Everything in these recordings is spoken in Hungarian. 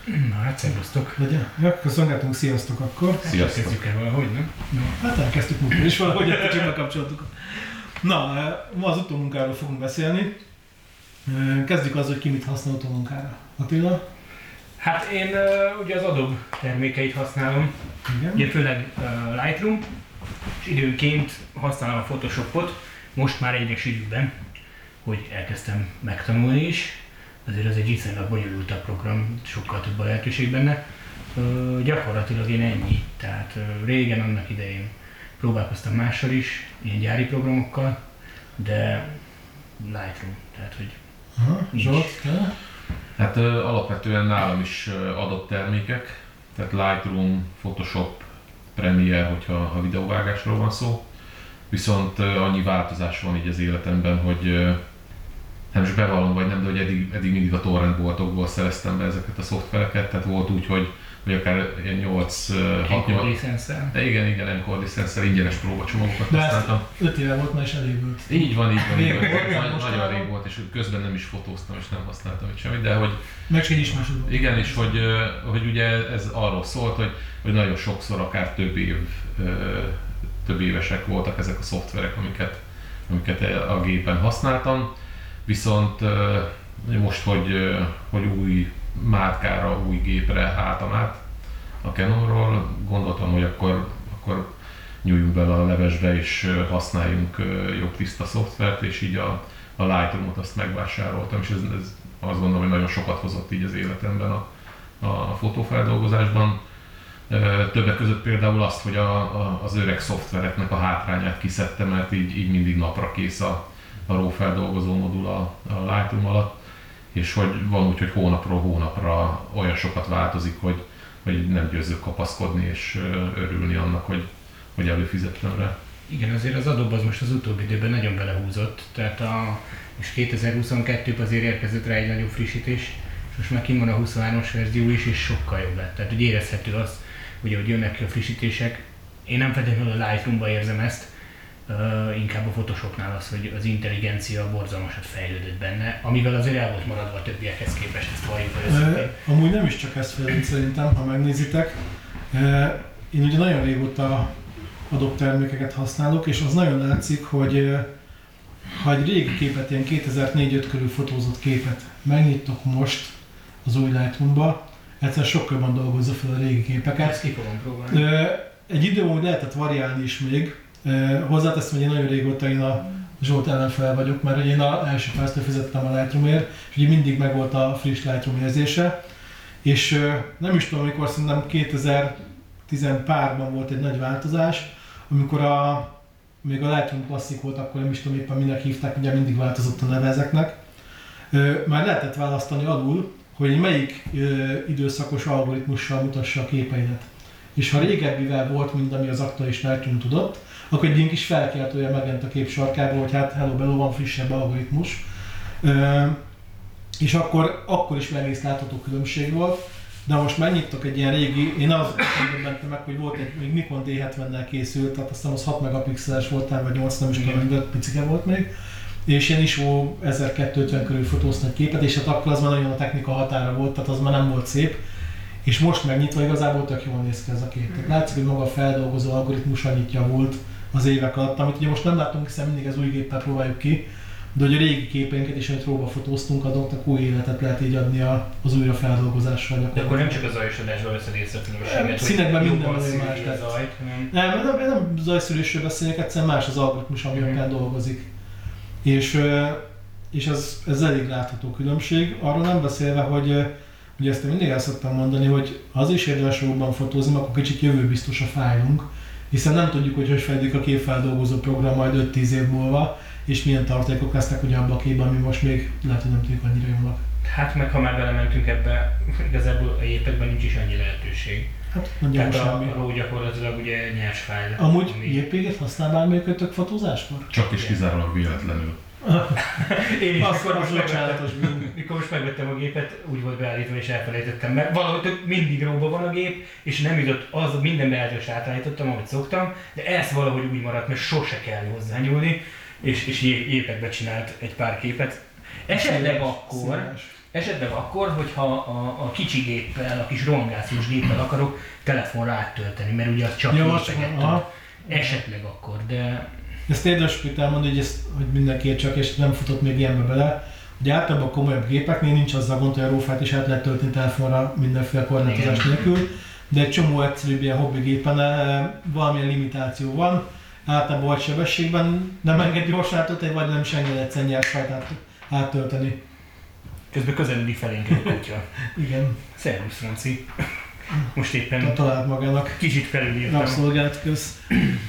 Na hát szervusztok. Legyen. Ja, köszönhetünk, sziasztok akkor. Sziasztok. Kezdjük el valahogy, nem? No, hát elkezdtük múltkor is valahogy, a kicsit bekapcsoltuk. Na, ma az utómunkáról fogunk beszélni. Kezdjük az, hogy ki mit használ utómunkára. Attila? Hát én ugye az Adobe termékeit használom. Igen. Ugye főleg Lightroom, és időnként használom a Photoshopot, most már egyre sűrűbben, hogy elkezdtem megtanulni is. Azért ez egy viszonylag bonyolultabb program, sokkal több a lehetőség benne. Gyakorlatilag én ennyi. Tehát régen, annak idején próbálkoztam mással is, ilyen gyári programokkal, de Lightroom, tehát hogy Zsolt, te? Hát alapvetően nálam is adott termékek, tehát Lightroom, Photoshop, Premiere, hogyha videóvágásról van szó. Viszont annyi változás van így az életemben, hogy nem is bevallom vagy nem, de hogy eddig mindig a torrent boltokból szereztem be ezeket a szoftvereket, tehát volt úgy, hogy akár 8-6-8... licenszel. De igen, Encore licenszel ingyenes próbacsomagokat használtam. De 5 éve volt, már is elévült. Így van. Nagyon rég volt, és közben nem is fotóztam, és nem használtam itt semmit, de hogy... Meg se is másod volt. Igen, és hogy ugye ez arról szólt, hogy nagyon sokszor akár több évesek voltak ezek a szoftverek, amiket a gépen használtam. Viszont most, hogy új márkára, új gépre álltam át a Canonról, gondoltam, hogy akkor nyúljunk bele a levesbe és használjunk jobb tiszta szoftvert, és így a Lightroom-ot azt megvásároltam, és ez azt gondolom, hogy nagyon sokat hozott így az életemben a fotófeldolgozásban. Többek között például azt, hogy az öreg szoftvereknek a hátrányát kiszedtem, mert így mindig napra kész a RAW feldolgozó modul a Lightroom alatt, és hogy van úgy, hogy hónapról hónapra olyan sokat változik, hogy nem győzök kapaszkodni és örülni annak, hogy előfizettem rá. Igen, azért az Adobe az most az utóbbi időben nagyon belehúzott, tehát és 2022-ben azért érkezett rá egy nagyobb frissítés, és most már kint van a 23-as verzió is, és sokkal jobb lett. Tehát hogy érezhető az, hogy jönnek ki a frissítések. Én nem feltétlenül a Lightroom-ba érzem ezt, inkább a Photoshopnál az, hogy az intelligencia borzalmasat fejlődött benne, amivel azért el volt maradva a többiekhez képest, ezt valljuk őszintén. Amúgy nem is csak ezt fejlődik szerintem, ha megnézitek. Én ugye nagyon régóta Adobe termékeket használok, és az nagyon látszik, hogy ha egy régi képet, ilyen 2004-5 körül fotózott képet megnyitok most az új Lightroom-ba, egyszerűen sokkal jobban dolgozza fel a régi képeket. Ezt ki fogom próbálni. Egy időben lehetett variálni is még. Hozzáteszem, hogy én nagyon régóta én a Zsolt ellenfele vagyok, mert én az első pársztól fizettem a Lightroomért, és ugye mindig megvolt a friss Lightroom érzése. És nem is tudom, amikor szerintem 2010 párban volt egy nagy változás, amikor még a Lightroom Classic volt, akkor nem is tudom éppen minek hívták, ugye mindig változott a neve ezeknek. Már lehetett választani alul, hogy melyik időszakos algoritmussal mutassa a képeidet. És ha régebbivel volt, mint ami az aktuális Lightroom tudott, akkor egy ilyen kis felkiáltója megjelent a kép sarkába, hogy hát hello bello, van frissebb algoritmus. És akkor is egész látható különbség volt. De most megnyitok egy ilyen régi, én azt mentem meg, hogy volt még Nikon D70-nel készült, tehát aztán az 6 megapixeles volt, vagy 8, nem is tudom, de picike volt még. És ilyen ISO 1250 körül fotóztam egy képet, és hát akkor az már nagyon a technika határa volt, tehát az már nem volt szép. És most megnyitva igazából tök jól néz ki ez a kép. Tehát látszik, hogy maga a feldolgozó algoritmus annyit javult az évek alatt, amit ugye most nem látunk, hiszen mindig az új géppel próbáljuk ki, de hogy a régi képeinket is, amit róba fotóztunk, adottak új életet lehet így adni az újrafeldolgozással. De akkor nem csak a zajosodásról veszed észre a különbséget, színekben minden más lett. Zajt, Nem zajszűrésről beszélek, egyszerűen más az algoritmus, amivel dolgozik. És ez elég látható különbség. Arról nem beszélve, hogy ugye ezt én mindig el szoktam mondani, hogy ha az is érdemes jobban fotózni, akkor kicsit jövőbiztos a fájlunk, hiszen nem tudjuk, hogy fejlődik a képfeldolgozó program majd 5-10 év múlva, és milyen tartalékok lesznek ugye abban a képben, ami most még lehet, hogy nem tudjuk annyira jól. Hát meg ha már belementünk ebbe, igazából a JPEG-ben nincs is annyi lehetőség. Hát nagyjából semmi. A RAW gyakorlatilag ugye nyers fájl. Amúgy JPEG-et használ bármelyikötök fotózáskor? Csak is kizárólag véletlenül. Én is, mikor most megvettem a gépet, úgy volt beállítva és elfelejtettem, mert valahogy mindig RAW-ban van a gép, és nem jutott, az minden beállítást átállítottam, ahogy szoktam, de ez valahogy úgy maradt, mert sose kell hozzányúlni, és JPEG-be csinált egy pár képet. Esetleg akkor, Esetleg akkor, hogyha a kicsi géppel, a kis rohangászós géppel akarok telefonra áttölteni, mert ugye az csak nézegettem. Esetleg akkor, de... Ezt érdemes elmondani, hogy mindenki csak, és nem futott még ilyenbe bele. Ugye általában a komolyabb gépeknél nincs az a gond, hogy a RAW-fájlt is át lehet tölteni telefonra mindenféle korlátozás nélkül, de egy csomó egyszerűbb ilyen hobbigépen valamilyen limitáció van. Általában vagy sebességben nem enged gyorsan áttölteni, vagy nem is enged egy nyers fájlt áttölteni. Közben közeledik felénk egy kutya. Igen. Szervusz, Franci. Most éppen talált magának kicsit felülírtam. Rabszolgált köz.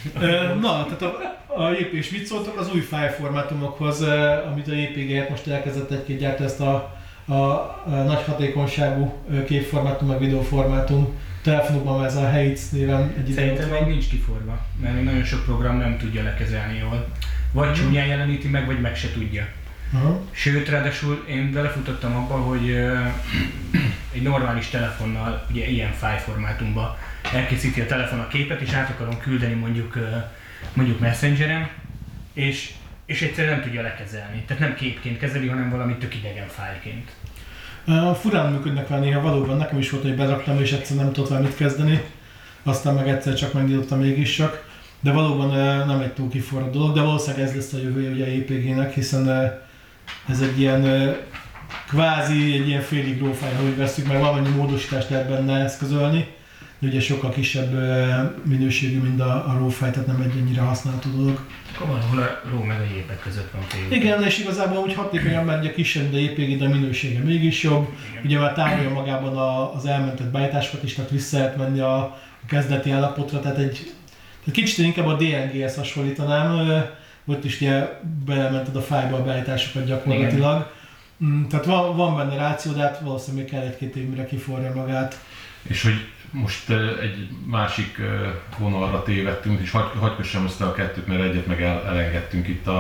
Na, tehát a JP és mit szóltok az új fájlformátumokhoz, amit a JPG most elkezdett egy-két gyártó, ezt a nagy hatékonyságú képformátum, meg videóformátum. Telefonokban ez a Heights néven egy Szerintem még nincs kiforva, mert még nagyon sok program nem tudja lekezelni jól. Vagy csúnyán jeleníti meg, vagy meg se tudja. Sőt, ráadásul én belefutottam abba, hogy egy normális telefonnal, ugye ilyen fájlformátumban elkészíti a telefon a képet, és át akarom küldeni mondjuk Messengeren, és egyszerűen nem tudja lekezelni. Tehát nem képként kezeli, hanem valami tök idegen fájlként. Furán működnek vele néha valóban, nekem is volt, hogy beraktam és egyszer nem tudott vele mit kezdeni. Aztán meg egyszer csak megnyitottam mégis csak. De valóban nem egy túl kiforrott dolog, de valószínűleg ez lesz a jövője ugye a JPG-nek, hiszen ez egy ilyen kvázi, egy ilyen félig RAW fájl, ha úgy veszük, mert valamennyi módosítást lehet benne eszközölni. De ugye sokkal kisebb minőségű, mint a RAW fájl, tehát nem egy ennyire használható dolog. Akkor valahol a RAW meg a JPEG között van fél. Igen, és igazából úgy hatékonyan, mert ugye kisebb, de a JPG, de a minősége mégis jobb. Igen. Ugye már tárolja magában az elmentett bájtásokat is, tehát vissza lehet menni a kezdeti állapotra, tehát kicsit inkább a DNG-hez hasonlítanám, ott is ugye belemented a fájlba a beállításokat gyakorlatilag. Igen. Tehát van benne ráció, de hát valószínűleg még kell egy-két év, mire kiforja magát. És hogy most egy másik vonalra tévedtünk, és hagy kössem össze a kettőt, mert egyet meg elengedtünk itt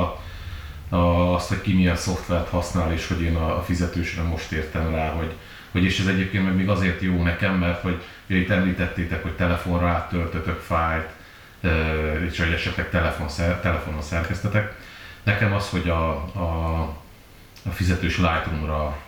azt, hogy ki milyen szoftvert használ, és hogy én a fizetősre most értem rá, hogy és ez egyébként meg még azért jó nekem, mert hogy itt említettétek, hogy telefonra áttöltötök fájlt, és hogy esetleg telefonon szerkesztetek. Nekem az, hogy a fizetős Lightroom-ra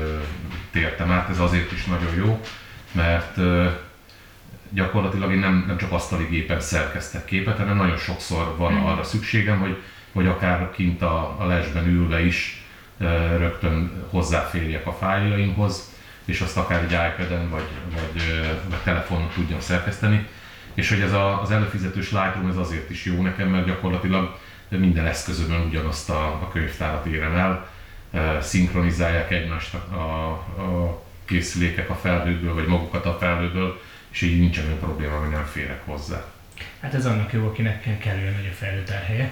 tértem át, ez azért is nagyon jó, mert gyakorlatilag én nem csak asztali gépen szerkesztek képet, hanem nagyon sokszor van arra szükségem, hogy akár kint a lesben ülve is rögtön hozzáférjek a fájljaimhoz, és azt akár egy iPad-en vagy telefonon tudjam szerkeszteni. És hogy ez az előfizetős Lightroom ez azért is jó nekem, mert gyakorlatilag minden eszközömön ugyanazt a könyvtárat érem el, szinkronizálják egymást a készülékek a felhőből, vagy magukat a felhőből, és így nincsen olyan probléma, hogy nem férek hozzá. Hát ez annak jó, akinek kellően nagy a felhőtárhelye.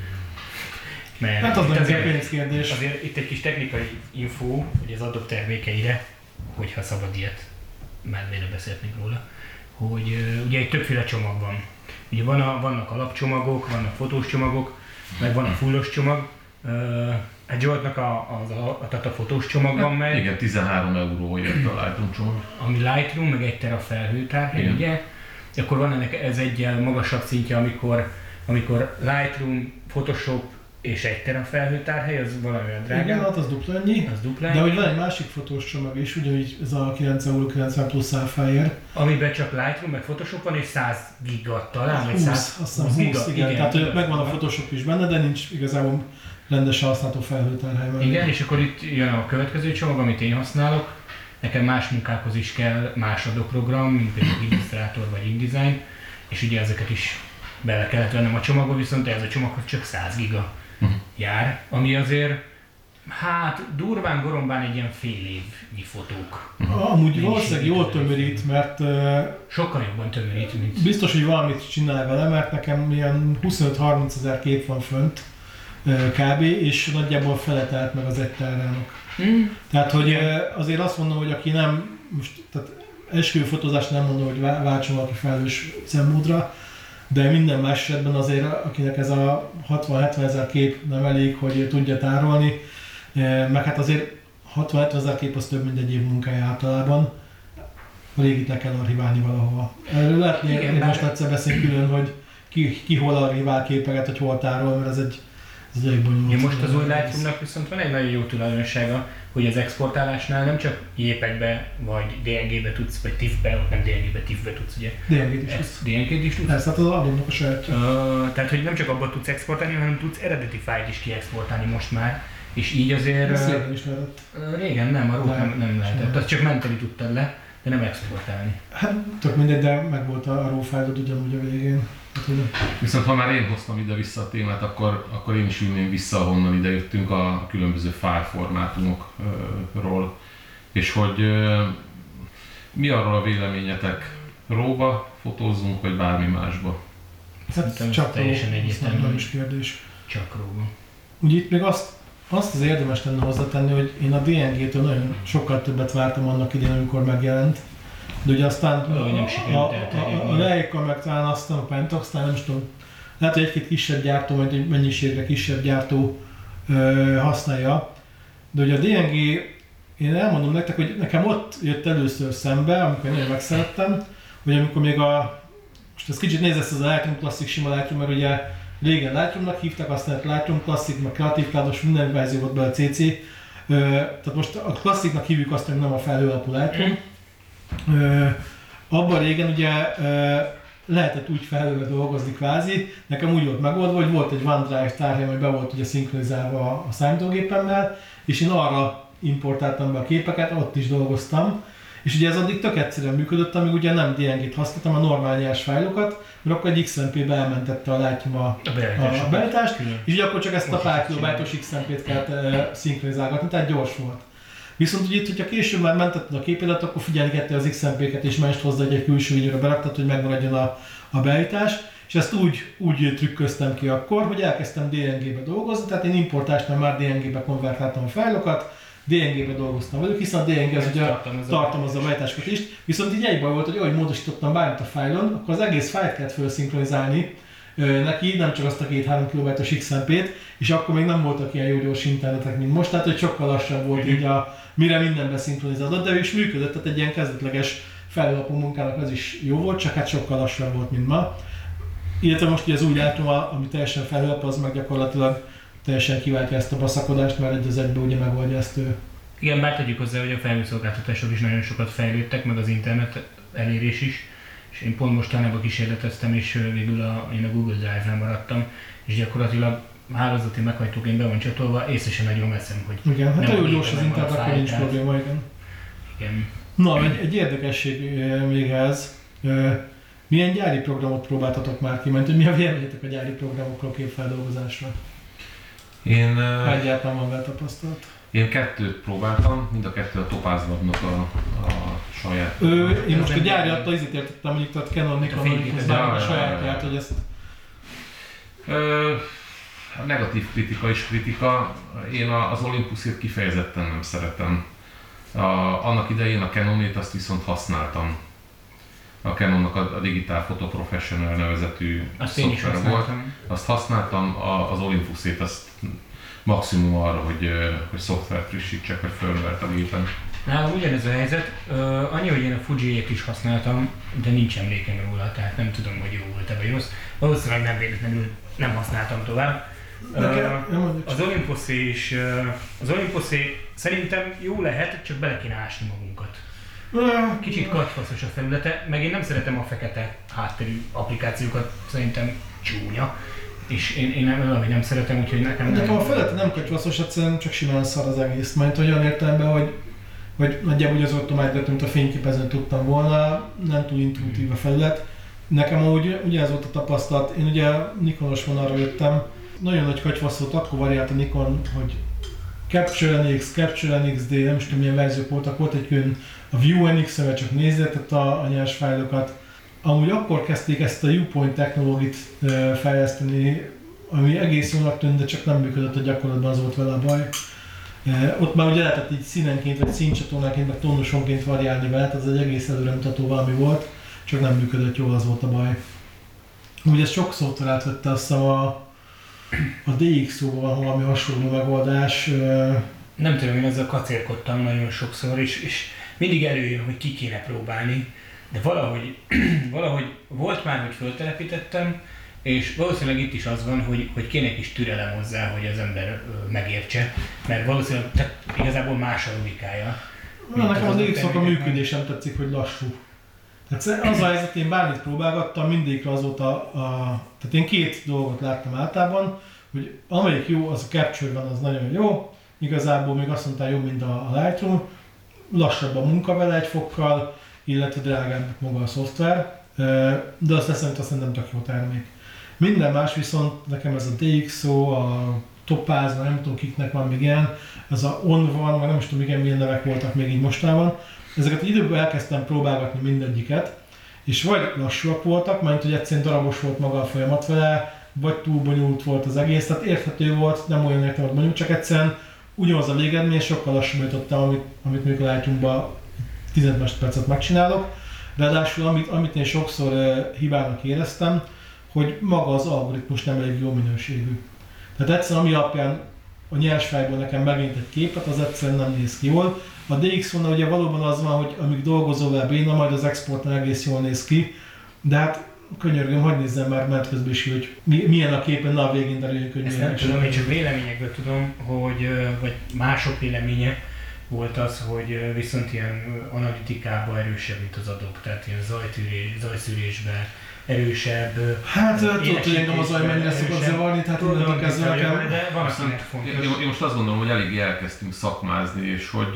Hát az nem egy pénzkérdés. Azért itt egy kis technikai info, hogy az adott termékeire, hogyha szabad ilyet, mellére beszélhetnénk róla, hogy ugye egy többféle csomag van. Ugye vannak alapcsomagok, vannak fotós csomagok, meg van a fullos csomag. Egy Zsoltnak a fotós csomag van meg. Igen, 13 euró jött a Lightroom csomag. Ami Lightroom, meg 1 tera felhőtárhely, ugye? Akkor van ennek ez egy magasabb szintje, amikor Lightroom, Photoshop és 1 tera felhőtárhely, az valamivel drágább. Igen, hát az dupla ennyi. De hogy van egy másik fotós csomag is, ugyanígy ez a 9,90 plusz áfáért. Amiben csak Lightroom, meg Photoshop van, és 100 giga talán, vagy 120 giga. Igen. Tehát megvan a Photoshop is benne, de nincs igazából rendesen használható felhőtárhely. Igen, és akkor itt jön a következő csomag, amit én használok. Nekem más munkákhoz is kell más adóprogram, mint például Illustrator vagy InDesign, és ugye ezeket is bele kellett vennem a csomagba, viszont ez a csomaghoz csak 100 giga jár, ami azért hát durván gorombán egy ilyen fél évnyi fotók. Amúgy valószínűleg jól tömörít, mert sokkal jobban tömörít, mint... Biztos, hogy valamit csinál vele, mert nekem ilyen 25-30 ezer kép van fönt kb. És nagyjából fele telt meg az 1 terának. Tehát, hogy azért azt mondom, hogy aki nem, most, tehát esküvőfotózást nem mondom, hogy váltson valaki felhős szemmódra, de minden más esetben azért, akinek ez a 60-70 ezer kép nem elég, hogy tudja tárolni, meg hát azért 60-70 ezer kép az több, mint egy év munkája általában. A régit le kell archiválni valahova. Erről lehetne most egyszer beszélni külön, hogy ki hol archivál képeket, hogy hol tárol, mert ez Ez elég bonyolult. Most az új Lightroomnak viszont van egy nagyon jó tulajdonsága, hogy az exportálásnál nem csak JPEG-be, vagy DNG-be tudsz, vagy TIFF-be, ott nem DNG-be, TIFF-be tudsz, ugye? DNG-t is tudsz. DNG-t is tudsz? Ez hát az Adobe-nak a saját. Tehát, hogy nem csak abban tudsz exportálni, hanem tudsz eredeti fájlt is kiexportálni most már. És így azért... Ez régen is lehetett. Régen nem, a RAW nem lehetett. Azt csak menteni tudtad le, de nem exportálni. Hát tök mindegy, de meg volt a RAW fájlod ugyanúgy a végén. Viszont ha már én hoztam ide-vissza a témát, akkor én is ülném vissza, ahonnan ide jöttünk a különböző fájlformátumokról. És hogy mi arról a véleményetek? RAW-ba fotózzunk, vagy bármi másba? Hát csak teljesen egyértelmű. Nem is kérdés. Csak RAW-ba. Ugye itt még azt az érdemes lenne hozzátenni, hogy én a DNG-től nagyon sokkal többet vártam annak idén, amikor megjelent. De ugye aztán a Leica meg talán aztán a Pentax, nem is tudom, lehet, hogy egy-két kisebb gyártó, vagy egy mennyiségre kisebb gyártó használja. De ugye a DNG, én elmondom nektek, hogy nekem ott jött először szembe, amikor én nagyon megszerettem, hogy amikor még most ez kicsit nézd ezt az a Lightroom Classic, sima Lightroom, mert ugye régen Lightroomnak hívták, aztán Lightroom Classic, meg Creative Cloud-os minden verzió volt be a CC. Tehát most a Classicnak hívjuk azt, hogy nem a felhő alapú Lightroom. Abban régen ugye lehetett úgy felhővel dolgozni kvázi, nekem úgy volt megoldva, hogy volt egy OneDrive tárhely, ami be volt ugye szinkronizálva a számítógépemmel, és én arra importáltam be a képeket, ott is dolgoztam. És ugye ez addig tök egyszerűen működött, amíg ugye nem DNG-t használtam, a normál nyers fájlokat, mert akkor egy XMP-be elmentette a Lightroom a beállítást, és ugye akkor csak ezt a pár kilobájtos XMP-t kellett szinkronizálgatni, tehát gyors volt. Viszont ugye itt, hogyha később már mentetted a képélet, akkor figyelni kellett az XMP-ket és mást hozzá egy külső ínyőre beraktad, hogy megmaradjon a beállítás. És ezt úgy trükköztem ki akkor, hogy elkezdtem DNG-be dolgozni, tehát én importásnál már DNG-be konvertáltam a fájlokat, DNG-be dolgoztam velük, hiszen a DNG az ugye tartalmazza a beállításokat is, viszont így egy baj volt, hogy ahogy módosítottam bármit a fájlon, akkor az egész fájlt kellett felszinkronizálni neki, nem csak azt a 2-3 kilobájtos XMP-t, és akkor még nem voltak ilyen jó gyors internetek, mint most, tehát hogy sokkal lassabb volt így mire minden beszinkronizálódott, de ő is működött, tehát egy ilyen kezdetleges felhőalapú munkának ez is jó volt, csak hát sokkal lassabb volt, mint ma. Illetve most ugye az új Lightroom, ami teljesen felhőalapú, az meg gyakorlatilag teljesen kiváltja ezt a baszakodást, mert egy az egybe ugye megoldja ezt ő. Igen, bár tegyük hozzá, hogy a felhőszolgáltatások is nagyon sokat fejlődtek, meg az internet elérés is. És én pont mostanában kísérleteztem, és végül én a Google Drive-nál maradtam, és gyakorlatilag hálózati meghajtóként be van csatolva, észre sem nagyon veszem, hogy igen, hát nagyon gyors az internet, akkor nincs probléma, igen. Igen. Na, egy érdekesség még ez. Milyen gyári programot próbáltatok már ki? Mert hogy mi a véleményetek a gyári programokról képfeldolgozásra? Egyáltalán van vele tapasztalat? Én 2 próbáltam, mind a 2 a Topaz Labnak a saját. Én most a gyári attól izét értettem, mondjuk tehát Canon, Nikon, a sajátját, hogy ezt... Negatív kritika is kritika. Én az Olympusét kifejezetten nem szeretem. Annak idején a Canonét azt viszont használtam. A Canonnak a Digital Photo Professional nevezetű szoftvere volt. Azt használtam, az Olympusét azt maximum arra, hogy szoftvert frissítsek, vagy firmware-t a gépen. Nálam ugyanez a helyzet, annyi, hogy én a Fuji-ét is használtam, de nincs emlékem róla, tehát nem tudom, hogy jó volt-e vagy rossz. Valószínűleg nem véletlenül nem használtam tovább. Az Olympusé szerintem jó lehet, csak bele kéne ásni magunkat. Kicsit katyfaszos a felülete, meg én nem szeretem a fekete hátterű applikációkat, szerintem csúnya. És én nem szeretem, úgyhogy nekem nem... a felülete nem katyfaszos, egyszerűen csak simán szar az egész. Mert olyan értelemben, hogy nagyjából az automáját, mint a fényképezőn tudtam volna, nem túl intuitív a felület. Nekem ugye ez volt a tapasztalat, én ugye Nikonos vonalra jöttem, nagyon nagy katyfasz volt, akkor variált a Nikon, hogy Capture NX, Capture NXD, nem is tudom milyen verziók voltak, volt egy külön a View NX-vel csak nézzétek a nyers fájlokat. Amúgy akkor kezdték ezt a Viewpoint technológiát fejleszteni, ami egész jónak tűnt, de csak nem működött a gyakorlatban, az volt vele a baj. Ott már ugye lehetett így színenként, vagy színcsatornánként, meg tonusonként variálni vele, ez egy egész előremutató valami volt, csak nem működött jól, az volt a baj. Ugye ezt sok szótól átvette, azt hiszem a DxO-ban valami hasonló megoldás. Nem tudom, én ezzel kacérkodtam nagyon sokszor, és mindig előjön, hogy ki kéne próbálni, de valahogy volt már, hogy föltelepítettem, És valószínűleg itt is az van, hogy kéne egy kis türelem hozzá, hogy az ember megértse, mert valószínűleg igazából más a logikája. Nekem az DxOnek a működésem tetszik, hogy lassú. Tehát az a helyzet, én bármit próbálgattam, mindegyikre azóta, tehát én két dolgot láttam általában, hogy amelyik jó, az a Capture van, az nagyon jó, igazából még azt mondták jobb, mint a Lightroom, lassabb a munka vele egy fokkal, illetve drágább maga a szoftver, de azt szerintem tök jó termék. Minden más viszont nekem ez a DxO, a Topaz, nem tudom kiknek van még ilyen, ez a On van, vagy nem is tudom igen milyen nevek voltak még így mostában. Ezeket időben elkezdtem próbálgatni mindegyiket, és vagy lassúak voltak, mert hogy egyszerűen darabos volt maga a folyamat vele, vagy túl bonyolult volt az egész, tehát érthető volt, nem olyan értem, hogy bonyolult, csak egyszerűen ugyanaz a végeredmény, sokkal lassúbb jutottam, amit mondjuk a Lightroom-ban 15 másodpercet megcsinálok. Ráadásul amit én sokszor hibának éreztem, hogy maga az algoritmus nem elég jó minőségű. Tehát egyszerűen ami alapján a nyersfájból nekem megint egy képet, az egyszerűen nem néz ki jól. A DxO-nál ugye valóban az van, hogy amíg dolgozol vele béna, majd az exportnál egész jól néz ki, de hát könyörgöm, hadd nézzem már menet közben is, hogy milyen a képen, na a végén derüljünk, hogy ezt milyen. nem tudom, én csak véleményekből tudom, vagy mások véleménye volt az, hogy viszont ilyen analitikában erősebb, mint az Adobe, tehát ilyen zajszűrésben erősebb. Hát tudod, hogy engem az zaj mennyire szokott zavarni, tehát innentől kezdve nekem. De van, akinek fontos. Én most azt gondolom, hogy eléggé elkezdtünk szakmázni, és hogy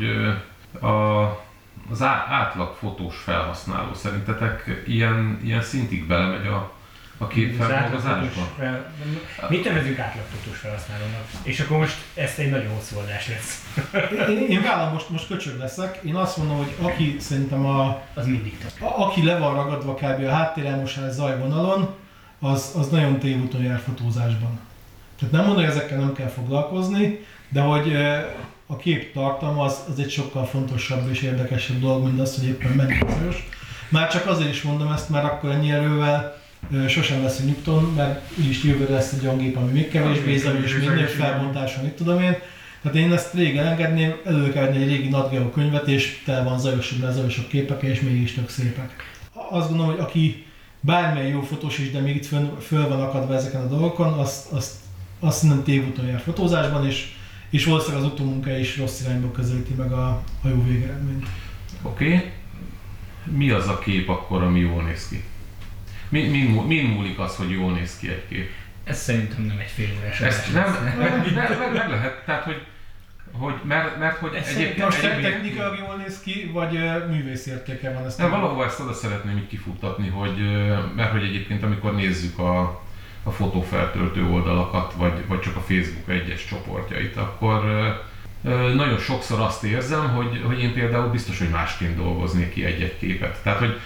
az átlag fotós felhasználó szerintetek ilyen szintig belemegy a képfeldolgozásba? Mit nevezünk átlagfotós felhasználónak? És akkor most ezt egy nagyon hosszú adás lesz. Én vállam most köcsög leszek. Én azt mondom, hogy aki szerintem az mindig aki le van ragadva kb. A háttérelmosás zajvonalon, az nagyon tévúton jár fotózásban. Tehát nem mondom, hogy ezekkel nem kell foglalkozni, de hogy a kép tartalma az egy sokkal fontosabb és érdekesebb dolog, mint az, hogy éppen mennyire zajos. Már csak azért is mondom ezt, mert akkor ennyi erővel sosem lesz nyugton, mert úgyis jövőre lesz egy olyan gép, ami még kevésbé zajos, minden felbontáson, mit tudom én. Tehát én ezt régen engedném, elő kell venni egy régi Nat Geo könyvet, és tele van zajosabb képek, és mégis tök szépek. Azt gondolom, hogy aki bármilyen jó fotós is, de még itt föl van akadva ezeken a dolgokon, azt nem tévúton jár fotózásban, és valószínűleg az utómunka is rossz irányba közelíti meg a jó végeredményt. Oké. Mi az a kép akkor, ami jól néz ki? Min múlik az, hogy jól néz ki egy kép? Ez szerintem nem egy fél órás. Ezt meg lehet, tehát mert hogy egyébként... Most technikailag jól néz ki, vagy művészi értéke van ezt? Nem, valahova ezt oda szeretném így kifuttatni, mert hogy egyébként amikor nézzük a fotófeltöltő oldalakat, vagy csak a Facebook egyes csoportjait, akkor nagyon sokszor azt érzem, hogy én például biztos, hogy másként dolgoznék ki egy-egy képet. Tehát, hogy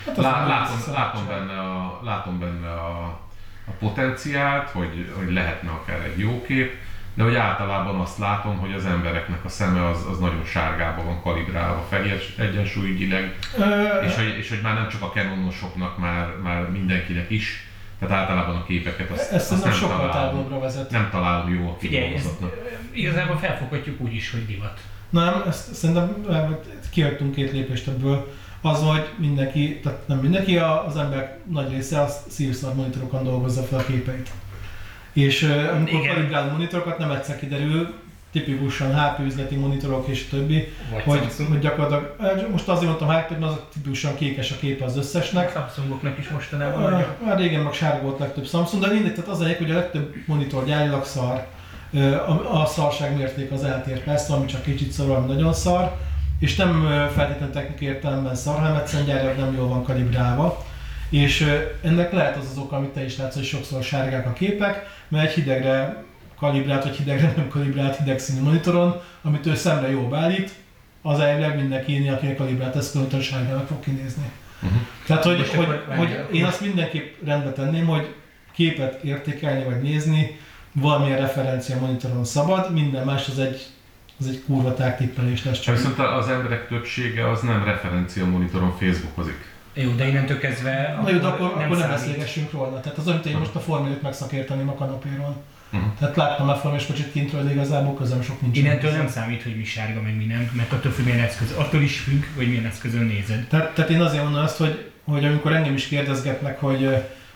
látom benne a potenciált, hogy lehetne akár egy jó kép, de hogy általában azt látom, hogy az embereknek a szeme az nagyon sárgában van kalibrálva, fehér egyensúlyügyileg, és hogy már nem csak a Canonosoknak, már mindenkinek is. Tehát általában a képeket azt nem sokkal távolabbra vezet. Nem találom jó a kidolgozatnak. Igazából felfoghatjuk úgy is, hogy divat. Nem, ezt szerintem kihagytunk két lépést ebből. Az, hogy mindenki, tehát nem mindenki, az emberek nagy része az szívszar monitorokon dolgozza fel a képeit. És amikor kalibráló monitorokat nem egyszer kiderül, tipikusan HP üzleti monitorok és a többi, hogy gyakorlatilag, most azért mondtam HP, mert az tipikusan kékes a képe az összesnek. Samsungoknak is mostanában már régen meg sárga volt legtöbb Samsung, de mindegy, tehát az a lényeg, hogy a legtöbb monitor gyárilag szar. A szarság mérték az eltér persze, ami csak kicsit szar, ami nagyon szar, és nem feltétlenül technikai értelemben szar, hanem egyszerűen gyárilag nem jól van kalibrálva. És ennek lehet az oka, amit te is látsz, hogy sokszor sárgák a képek, mert egy hidegre kalibrált vagy hidegre nem kalibrált hidegszínű monitoron, amit ő szemre jól beállít, az elvileg mindenki, akinek kalibrált eszközön sárgának fog kinézni. Tehát, hogy én azt mindenképp rendbe tenném, hogy képet értékelni vagy nézni, valamilyen referencia monitoron szabad, minden más az egy kurva tágtippelés lesz csak. Viszont az emberek többsége az nem referencia monitoron Facebookozik. Jó, de innentől kezdve akkor nem beszélgessünk róla. Tehát az, amit én most a Forma 1-t megszakérteném a kanapéról. Tehát láttam a Forma 1 kocsit kintről, de igazából közöm sok nincs. Innentől nem számít, hogy mi sárga, meg mi nem, mert attól függ, milyen eszköz. Attól is függ, hogy milyen eszközön nézed. Tehát én azért mondom azt, hogy amikor engem is kérdezgetnek, hogy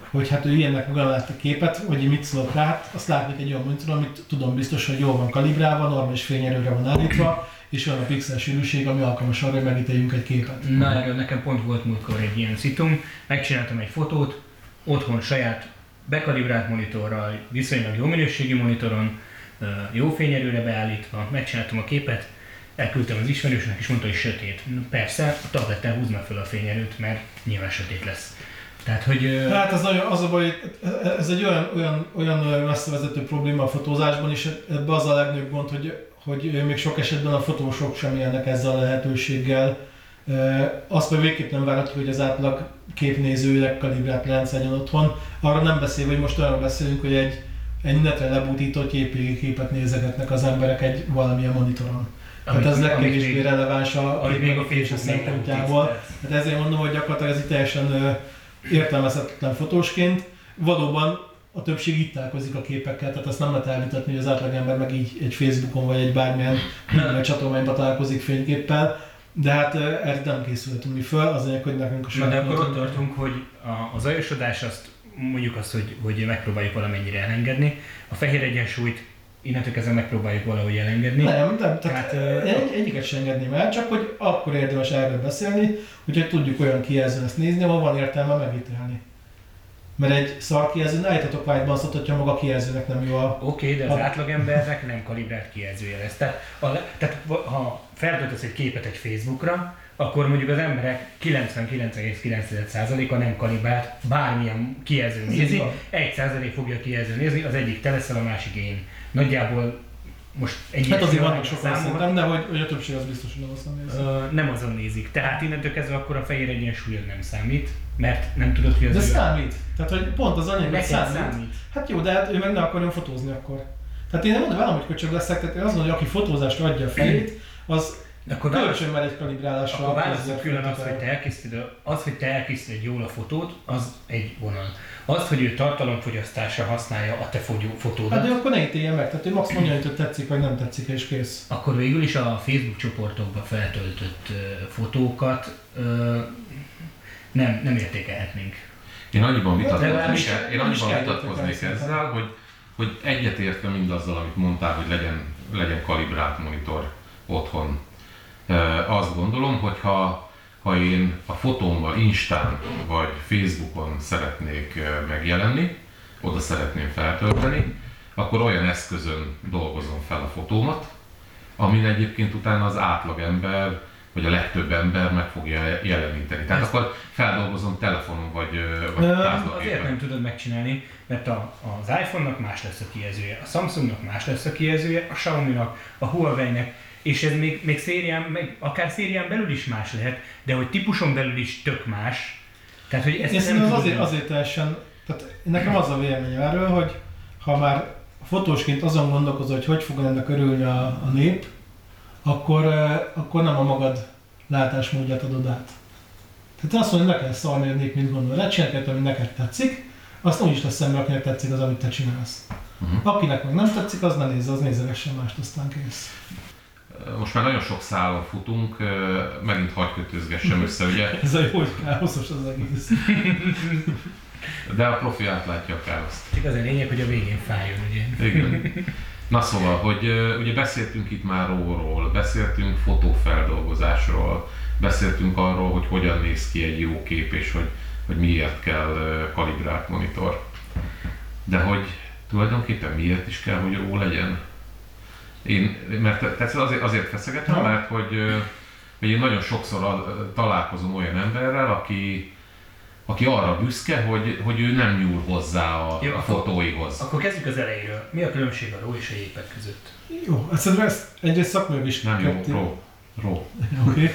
hogy hát ő ilyennek meg lát a képet, vagy én mit szólok rá, hát azt látnék egy olyan monitoron, amit tudom biztos, hogy jól van kalibrálva, normális fényerőre van állítva, és olyan a pixel sűrűség, ami alkalmas arra, hogy megítéljünk egy képet. Na, erről nekem pont volt múltkor egy ilyen szitum, megcsináltam egy fotót, otthon saját bekalibrált monitorral, viszonylag jó minőségű monitoron, jó fényerőre beállítva, megcsináltam a képet, elküldtem az ismerősnek, és mondta, hogy sötét. Persze, a tableten húzd meg fel a fényerőt, mert nyilván sötét lesz. Tehát, hogy... Hát az a baj, ez egy olyan messzevezető probléma a fotózásban, és ebben az a legnagyobb gond, hogy még sok esetben a fotósok sem élnek ezzel a lehetőséggel. Azt meg végképp nem várhatjuk, hogy az átlag képnézőleg kalibrált lens legyen otthon. Arra nem beszélve, hogy most arra beszélünk, hogy egy netre lebútított JPG képet nézegetnek az emberek egy valamilyen monitoron. Tehát ez legkevésbé releváns a képmegítése szempontjából. Hát ezért mondom, hogy gyakorlatilag ez itt teljesen értelmezhetetlen fotósként. Valóban a többség itt találkozik a képekkel, tehát azt nem lehet elvitatni, hogy az átlagember meg így egy Facebookon vagy egy bármilyen csatornában találkozik fényképpel, de hát erre nem készültünk mi föl, azért, hogy nekünk a saját... De akkor ott tartunk, hogy a zajosodás azt mondjuk azt, hogy megpróbáljuk valamennyire elengedni, a fehér egyensúlyt innentől kezdve megpróbáljuk valahogy elengedni. Nem, tehát egyiket sem engedném el, csak hogy akkor érdemes erről beszélni, hogy tudjuk olyan kijelzőn ezt nézni, ahol van értelme megítélni. Mert egy szar kijelzőn állítatok white-ban azt, hogyha maga a kijelzőnek nem jó a... Oké, de az átlagembernek nem kalibrált kijelzője lesz. Tehát ha feltöltesz egy képet egy Facebookra, akkor mondjuk az emberek 99,9%-a nem kalibrált bármilyen kijelző nézi, 1% fogja kijelző nézni, az egyik te leszel, a másik én. Nagyjából most egy hát azért vannak sokan szerintem, de hogy a többség az biztos, hogy nem azon nézik. Nem azon nézik. Tehát innentől kezdve akkor a fehér egyensúly nem számít, mert nem tudod, hogy az... De számít. Tehát, hogy pont az anyag, hogy számít. Hát jó, de hát ő meg ne akarjon fotózni akkor. Tehát én nem mondom valamit köcsög leszek, tehát én azt mondom, hogy aki fotózást adja a fejét, az kölcsön már egy kalibrálással. Akkor választok külön azt, hogy te elkészíted jól a fotót, az egy vonal. Az, hogy ő tartalomfogyasztásra használja a te fotódat. Hát de akkor ne ítélje meg, tehát ő max mondja, hogy tetszik vagy nem tetszik, és kész. Akkor végül is a Facebook csoportokba feltöltött fotókat nem értékelhetnénk. Én annyiban vitatkoznék ezzel, hogy egyetértve mindazzal, amit mondtál, hogy legyen kalibrált monitor otthon. Azt gondolom, hogy ha én a fotómmal Instán vagy Facebookon szeretnék megjelenni, oda szeretném feltölteni, akkor olyan eszközön dolgozom fel a fotómat, amin egyébként utána az átlagember vagy a legtöbb ember meg fogja jeleníteni. Tehát akkor feldolgozom telefonon vagy táblagépen. Azért nem tudod megcsinálni, mert az iPhone-nak más lesz a kijelzője, a Samsungnak más lesz a kijelzője, a Xiaomi-nak, a Huawei-nek, és ez még akár szérián belül is más lehet, de hogy típuson belül is tök más. Tehát, hogy ezt nem azért teljesen, tehát nekem az a véleményem erről, hogy ha már fotósként azon gondolkozol, hogy fog ennek örülni a nép, akkor nem a magad látásmódját adod át. Tehát azt mondod, hogy ne kell szarni, hogy a nép mit gondol. Lecsinálj, ami neked tetszik, azt úgyis lesz szemben, akinek tetszik az, amit te csinálsz. Akinek meg nem tetszik, az ne nézze, az nézegessen mást, aztán kész. Most már nagyon sok szálon futunk, megint hadd kötözgessem össze, ugye? Ez a jó, hogy káoszos az egész. De a profi átlátja a káoszt. Csak az a lényeg, hogy a végén fájjon, ugye? Igen. Na szóval, hogy ugye beszéltünk itt már róról, beszéltünk fotófeldolgozásról, beszéltünk arról, hogy hogyan néz ki egy jó kép, és hogy miért kell kalibrált monitor. De hogy tulajdonképpen miért is kell, hogy jó legyen? Mert azért feszegetem, mert hogy én nagyon sokszor találkozom olyan emberrel, aki arra büszke, hogy ő nem nyúl hozzá a fotóihoz. Akkor kezdjük az elejéről. Mi a különbség a RAW és a JPEG között? Jó, szerintem ezt egyrészt szakmai is nem jó, RAW. Oké.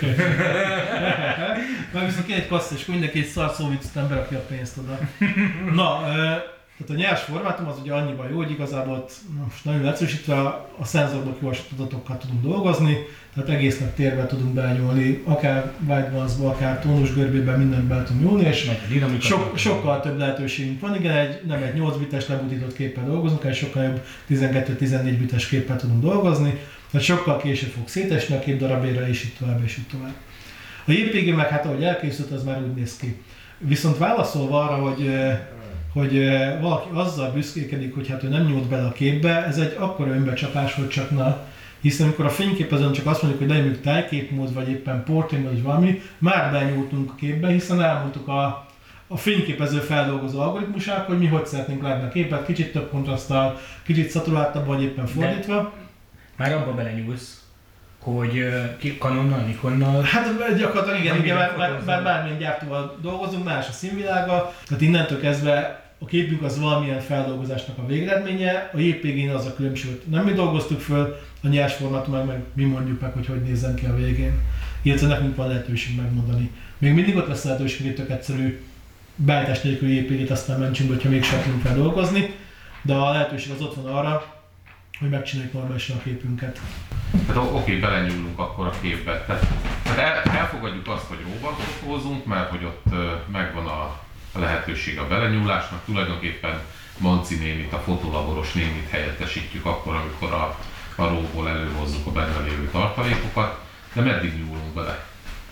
Meg viszont egy kassza, és mindenki egy szarszóviccot nem berakja a pénzt oda. Na, tehát a nyers formátum az ugye annyiban jó, hogy igazából most nagyon leegyszerűsítve a szenzorból kiolvasott adatokkal tudunk dolgozni, tehát egész nap térbe tudunk benyúlni, akár white balance-ba, akár tónusgörbében mindent be tudunk nyúlni, és sokkal több lehetőségünk van. Igen, nem egy 8 bites lebutított képpel dolgozunk, egy sokkal jobb 12-14 bites képpel tudunk dolgozni, tehát sokkal később fog szétesni a kép darabjára, és így tovább, és így tovább. A JPG meg hát ahogy elkészült, az már úgy néz ki. Viszont válaszolva arra, hogy hogy valaki azzal büszkékedik, hogy hát ő nem nyúlt bele a képbe, ez egy akkora önbecsapás, hogy csak na. Hiszen amikor a fényképezőn csak azt mondjuk, hogy lenyomjuk tájképmód, vagy éppen portrémód, vagy valami, már benyúltunk a képbe, hiszen elmondtuk a fényképező feldolgozó algoritmusának, hogy mi hogy szeretnénk látni a képet, kicsit több kontraszttal, kicsit szaturáltabb, vagy éppen fordítva. De már abba belenyúlsz, hogy Canonnal, Nikonnal... Hát gyakorlatilag igen, mert bármilyen gyártóval dolgozunk, más a színvilága, tehát innentől kezdve a képünk az valamilyen feldolgozásnak a végeredménye, a JPG-n az a különbség, hogy nem mi dolgoztuk föl, a nyers formátumban meg mi mondjuk meg, hogy nézzen ki a végén. Illetve nekünk van lehetőség megmondani. Még mindig ott lesz lehetőség, hogy tök egyszerű beállítás nélkül JPG-t aztán mentsünk, hogyha még sem tudunk feldolgozni, de a lehetőség az ott van arra, hogy megcsináljuk normálisan a képünket. Tehát oké, belenyúlunk akkor a képbe. Tehát elfogadjuk azt, hogy róban fotózunk, mert hogy ott megvan a lehetőség a belenyúlásnak. Tulajdonképpen Manci nénit, a fotolaboros nénit helyettesítjük akkor, amikor a róból előhozzuk a benne lévő tartalékokat. De meddig nyúlunk bele?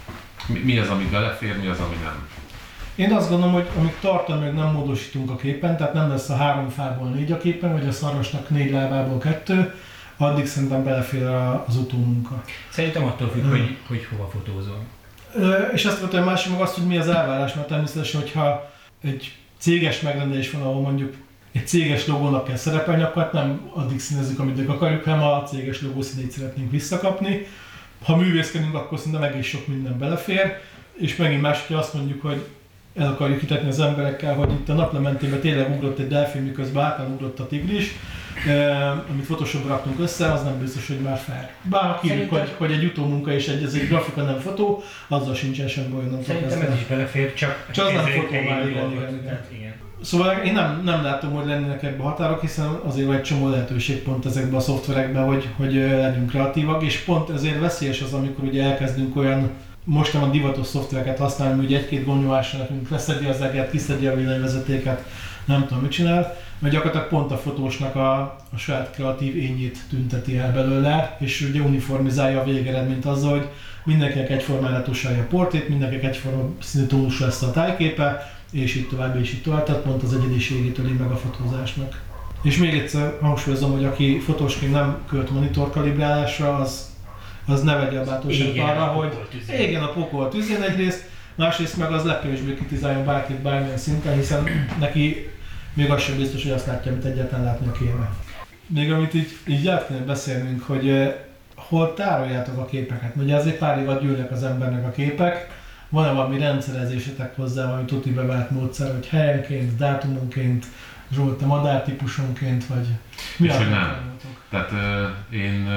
Mi az, ami belefér, mi az, ami nem? Én azt gondolom, hogy amíg tartalmilag nem módosítunk a képen, tehát nem lesz a 3 fából 4 a képen, vagy a szarvasnak 4 lábából 2, addig szerintem belefér az utómunka. Szerintem attól függ, hogy hova fotózol. És azt mondtam, hogy másik meg azt, hogy mi az elvárás, mert természetesen, hogyha egy céges megrendelés van, ahol mondjuk egy céges logónak kell szerepelni, akkor nem addig színezzük, amit akarjuk, hanem a céges logó színét szeretnénk visszakapni. Ha művészkedünk, akkor szerintem egész sok minden belefér, és megint más, hogyha azt mondjuk, hogy el akarjuk hitetni az emberekkel, hogy itt a naplementében tényleg ugrott egy delfin, miközben általán ugrott a tigris, amit Photoshopra raktunk össze, az nem biztos, hogy már fair. Bár kívül, hogy egy utómunka és ez egy grafika, nem fotó, azzal sincsen semmi olyan. Szerintem ez is belefér, csak az nem fotó már, igen. Szóval én nem látom, hogy lennének ebben határok, hiszen azért van egy csomó lehetőség pont ezekben a szoftverekben, hogy legyünk kreatívak, és pont ezért veszélyes az, amikor ugye elkezdünk olyan mostanában divatos szoftvereket használni, hogy egy-két gomnyomásra nekünk leszedi az eget, kiszedi a villanyvezetéket, nem tudom mit csinál, mert gyakorlatilag pont a fotósnak a saját kreatív ényét tünteti el belőle, és ugye uniformizálja a végeredményt azzal, hogy mindenkinek egyformán tusálja a portrét, mindenkinek egyforma színű tónusú lesz a tájképe, és így tovább, tehát pont az egyediségét öli meg a fotózásnak. És még egyszer hangsúlyozom, hogy aki fotósként nem költ monitorkalibrálásra, az ne vegye a bátorságot arra, hogy égjen a pokol tüzén egyrészt, másrészt meg az legkevésbé kritizáljon bárkit bármilyen szinten, hiszen neki még az sem biztos, hogy azt látja, amit egyáltalán látnia kéne. Még amit így át kéne beszélnünk, hogy hol tároljátok a képeket. Ugye azért pár évad gyűlnek az embernek a képek, van-e valami rendszerezésetek hozzá, valami tuti bevált módszer, hogy helyenként, dátumonként, Zsolt, te madártípusonként, vagy mi hogy nem. Tehát én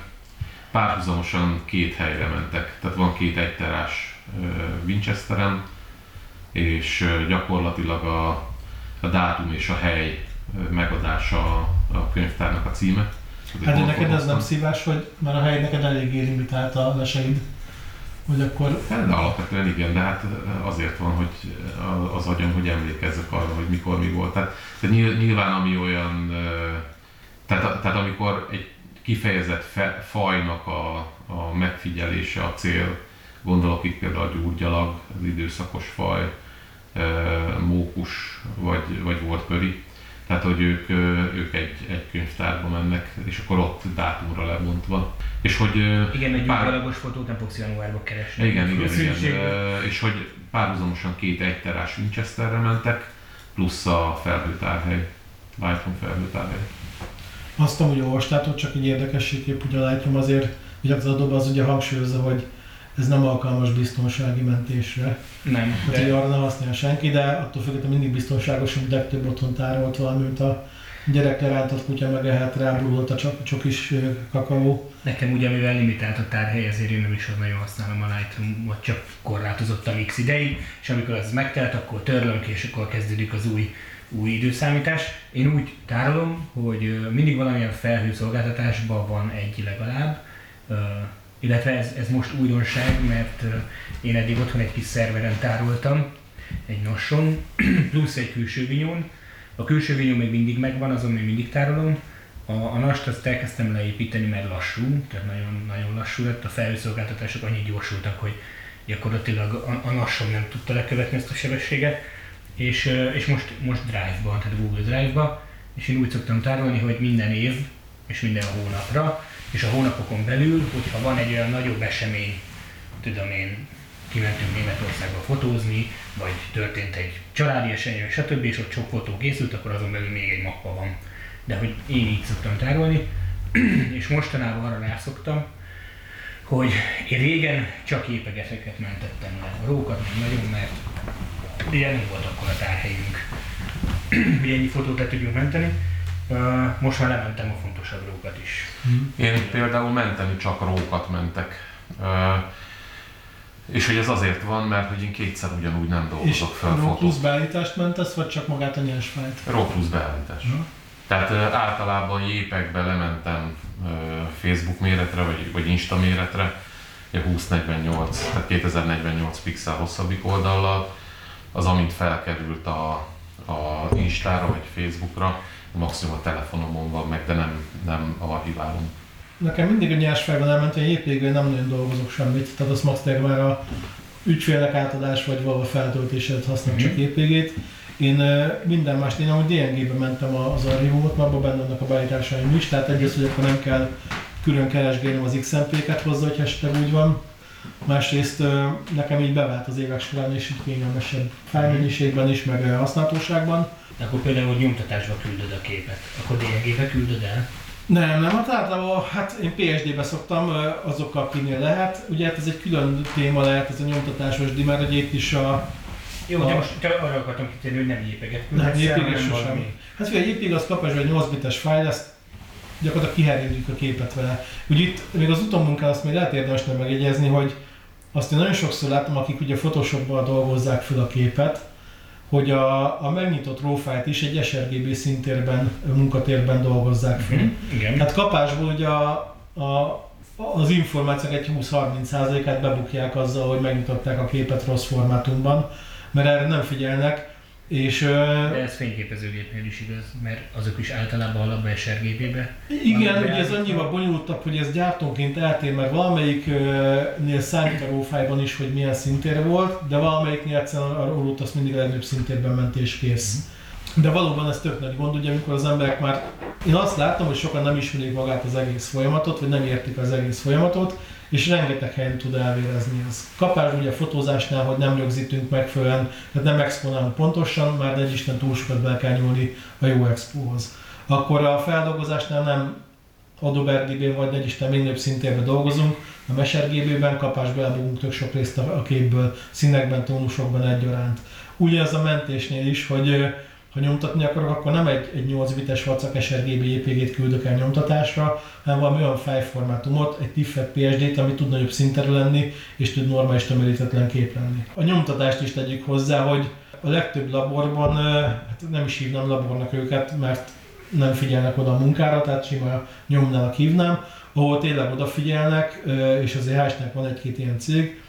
párhuzamosan 2 helyre mentek, tehát van 2 1 terás Winchesterem, és gyakorlatilag a dátum és a hely megadása a könyvtárnak a címe. Hát de neked ez nem szívás, hogy már a hely neked eléggé limitált a leseid, hogy akkor... Hát, de alapvetően igen, de hát azért van, hogy az agyam, hogy emlékezzek arra, hogy mikor mi volt. Tehát nyilván ami olyan, tehát amikor egy kifejezett fajnak a megfigyelése a cél, gondolok itt például a gyúrgyalag, az időszakos faj, mókus vagy volt pöri, tehát hogy ők egy könyvtárba mennek, és akkor ott dátumra lebontva. És hogy igen, egy gyúrgyalagos fotót nem fogsz januárba keresni. Igen. És hogy párhuzamosan 2 1 terás Winchesterre mentek, plusz a felhőtárhely, Lightroom felhőtárhely. Azt amúgy olvastátok, csak egy érdekességképp, ugye a Lightroom azért, ugye az adóban az ugye hangsúlyozza, hogy ez nem alkalmas biztonsági mentésre. Nem. Tehát, hogy arra nem használja senki, de attól függetlenül mindig biztonságos, hogy legtöbb otthon tárolt valami, mint a gyerek lerántott kutya megehet, ráburult a csokis kakaó. Nekem ugye, mivel limitált a tárhely, ezért én nem is nagyon használom a Lightroom-ot, csak korlátozottan x ideig, és amikor az megtelt, akkor törlök, és akkor kezdődik az új időszámítás. Én úgy tárolom, hogy mindig valamilyen felhőszolgáltatásban van egy legalább, illetve ez most újdonság, mert én eddig otthon egy kis szerveren tároltam, egy NAS-on, plusz egy külső vinyón. A külső vinyó még mindig megvan, azon még mindig tárolom. A NAS-t azt elkezdtem leépíteni, mert lassú, tehát nagyon, nagyon lassú lett. A felhőszolgáltatások annyit gyorsultak, hogy gyakorlatilag a NAS-om nem tudta lekövetni ezt a sebességet. és most Drive-ban, tehát Google Drive-ba, és én úgy szoktam tárolni, hogy minden év és minden hónapra, és a hónapokon belül, hogyha van egy olyan nagyobb esemény, tudom én, kimentünk Németországba fotózni, vagy történt egy családi esemény, stb. És ott sok fotó készült, akkor azon belül még egy mappa van. De hogy én így szoktam tárolni, és mostanában arra rászoktam, hogy én régen csak épegeteket mentettem le. A rókat még nagyon, mert ugye nem volt akkor a tárhelyünk, hogy ennyi fotót le tudjunk menteni. Most már lementem a fontosabb rókat is. Én például menteni csak rókat mentek. És hogy ez azért van, mert hogy én kétszer ugyanúgy nem dolgozok fel fotót. És RAW plusz fotót. beállítást mentesz, vagy csak magát a nyersfájlt? RAW plusz beállítás. Tehát általában JPEG-be lementem Facebook méretre, vagy Insta méretre, 2048, tehát 2048 pixel hosszabbik oldallal, az amint felkerült a Instára vagy Facebookra, maximum a telefonomon van meg, de nem archiválom. Nekem mindig a nyersfájlban elment, hogy JPG-ben nem nagyon dolgozok semmit, tehát azt max már a ügyfélnek átadás vagy valahol feltöltésért használom csak JPG-t. Én minden mást, én ahogy DNG-be mentem az archívumot, mert abban benne vannak a beállításaim is, tehát egyrészt, hogy akkor nem kell külön keresgélnem az XMP-ket hozzá, hogyha esetleg úgy van. Másrészt nekem így bevált az évek során, és így kényelmesebb fájlmennyiségben is, meg használhatóságban. De akkor például nyomtatásba küldöd a képet, akkor DNG-be küldöd el? Nem, hát általában én PSD-be szoktam, azokkal akinél lehet. Ugye hát ez egy külön téma lehet, ez a nyomtatásos dimár, hogy itt is Jó, de most arra akartam kitérni, hogy nem JPG-et küldhetsz nem, el, JPG hanem sosem. valami. Hát figyelj, JPG az kapásban egy 8 bites fájl, ezt gyakorlatilag kiheréljük a képet vele. Ugye itt még az utómunkán azt még lehet érdemes megjegyezni, hogy azt én nagyon sokszor látom, akik ugye Photoshopban dolgozzák fel a képet, hogy a megnyitott RAW fájlt is egy sRGB szintérben, munkatérben dolgozzák fel. Igen. Hát kapásból ugye az információk egy 20-30%-át bebukják azzal, hogy megnyitották a képet rossz formátumban, mert erre nem figyelnek. És, de ez fényképezőgépnél is igaz, mert azok is általában alapban sRGB-be. Igen, ugye ez annyival bonyolultabb, hogy ez gyártónként eltér, mert valamelyiknél számít a RAW fájlban is, hogy milyen szintér volt, de valamelyiknél egyszerűen a RAW-t azt mindig a legnagyobb szintérben ment és kész. De valóban ez tök nagy gond, ugye amikor az emberek már... Én azt láttam, hogy sokan nem ismerik magát az egész folyamatot, vagy nem értik az egész folyamatot, és rengeteg helyen tud elvérezni ez. Kapás ugye a fotózásnál, hogy nem rögzítünk megfelelően, tehát nem exponálunk pontosan, már ne Isten túl sokat be kell nyúlni a jó expóhoz. Akkor a feldolgozásnál nem Adobe RGB-ben vagy ne Isten még nagyobb szintérben dolgozunk, a sRGB-ben kapásba elbukunk tök sok részt a képből, színekben, tónusokban egyaránt. Ugyanez a mentésnél is, hogy ha nyomtatni akarok, akkor nem egy 8 bites vacak sRGB JPG-t küldök el nyomtatásra, hanem valami olyan fájlformátumot, egy TIFF-et, PSD-t, ami tud nagyobb szinterű lenni, és tud normális tömörítetlen kép lenni. A nyomtatást is tegyük hozzá, hogy a legtöbb laborban, hát nem is hívnám labornak őket, mert nem figyelnek oda a munkára, tehát sima nyomnának hívnám, ahol tényleg odafigyelnek, és azért hál' van egy-két ilyen cég,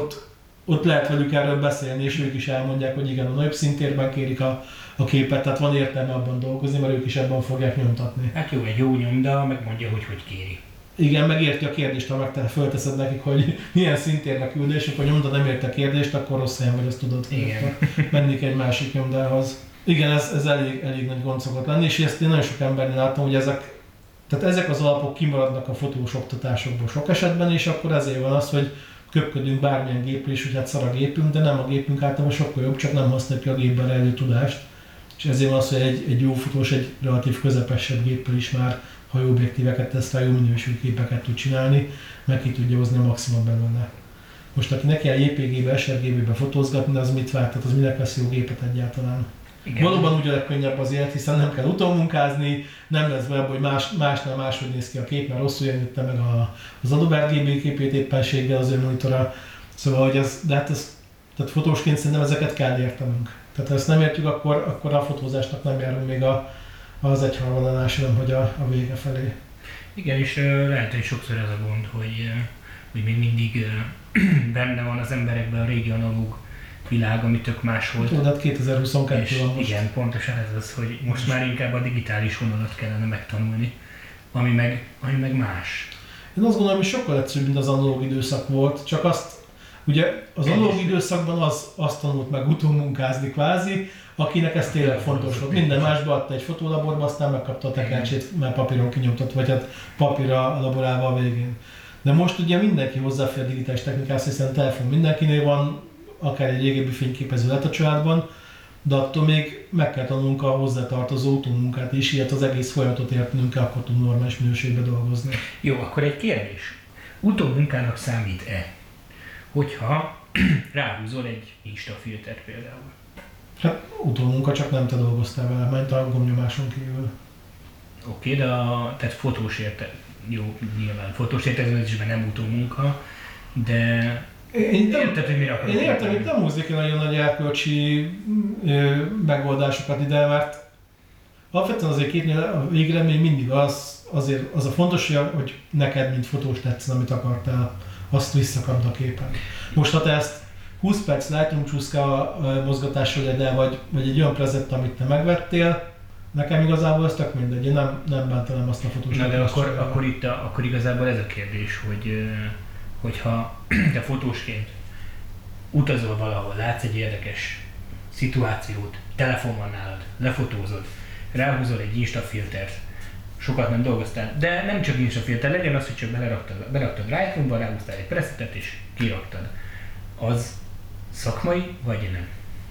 ott lehet velük erről beszélni, és ők is elmondják, hogy igen, a nagyobb szintérben kérik a képet, tehát van értelme abban dolgozni, mert ők is ebben fogják nyomtatni. Hát jó, egy jó nyomda megmondja, hogy kéri. Igen, megérti a kérdést, ha meg te fölteszed nekik, hogy milyen szintérbe küldő, és akkor nyomda nem érte a kérdést, akkor rossz helyen vagy, azt tudod, hogy mennék egy másik nyomdához. Igen, ez elég nagy gond szokott lenni, és ezt én nagyon sok embernél látom, hogy ezek az alapok kimaradnak a fotós oktatásokból sok esetben, és akkor ezért van az, hogy köpködünk bármilyen gépről is, hogy hát szar a gépünk, de nem, a gépünk általában sokkal jobb, csak nem használjuk ki a gépben rejlő tudást. És ezért van az, hogy egy jó fotós egy relatív közepesebb géppel is már hajóobjektíveket tesz rá, jó minőségű képeket tud csinálni, meg ki tudja hozni a maximum belőle. Most aki neki a JPG-be, sRGB-be fotózgatni, az mit vár? Tehát az minek lesz jó gépet egyáltalán? Igen. Valóban úgy a legkönnyebb az élet, hiszen nem kell utómunkázni, nem lesz be, hogy másnál máshogy néz ki a kép, mert rosszul jelenítte meg az Adobe RGB képét éppenséggel az ő monitora. Szóval, hogy tehát fotósként szerintem ezeket kell értenünk. Tehát ha ezt nem értjük, akkor a fotózásnak nem járunk még az egyharmadánál, hanem hogy a vége felé. Igen, és lehet, hogy sokszor ez a gond, hogy még mindig benne van az emberekben a régi analóg világ, ami tök más volt. Tudod, hát 2022 van most. Igen, pontosan ez az, hogy most már inkább a digitális vonalat kellene megtanulni, ami meg más. Én azt gondolom, hogy sokkal egyszerűbb, mint az analóg időszak volt, csak azt Ugye az analóg időszakban azt tanult meg utómunkázni kvázi, akinek ez tényleg fontos volt. Minden másba adta egy fotolaborba, aztán megkapta a tekercsét, mert papíron kinyomtott, vagy hát papírra laborálva a végén. De most ugye mindenki hozzáfér digitális technikához, hiszen telefon mindenkinél van, akár egy régebbi fényképező lett a családban, de attól még meg kell tanulnunk a hozzátartozó utómunkát is, ilyet az egész folyamatot értenünk kell, akkor tud normális minőségben dolgozni. Jó, akkor egy kérdés. Utómunkának számít-e, hogyha ráhúzol egy Insta filtert például? Hát utómunka, csak nem te dolgoztál vele, ment a gombnyomáson kívül. Oké, de tehát fotós jó, nyilván fotós értelmezésben nem utómunka, de érted, hogy mire akarok? Én értem, hogy nem húzik ki nagyon nagy erkölcsi megoldásokat ide, mert alapvetően azért képnél a végeredmény mindig azért az a fontos, hogy neked, mint fotós tetszen, amit akartál, azt visszakapd a képen. Most ha te ezt 20 perc Lightroom csúszka mozgatással éred el, vagy egy olyan prezent, amit te megvettél, nekem igazából ez tök mindegy, én nem bántanám azt a fotós. Na de akkor igazából ez a kérdés, hogyha te fotósként utazol valahol, látsz egy érdekes szituációt, telefon van nálad, lefotózod, ráhúzol egy Insta filtert, sokat nem dolgoztál, de nem csak Insta filter, legyen az, hogy csak beraktad Lightroomba, ráhúztál egy presetet és kiraktad. Az szakmai, vagy nem?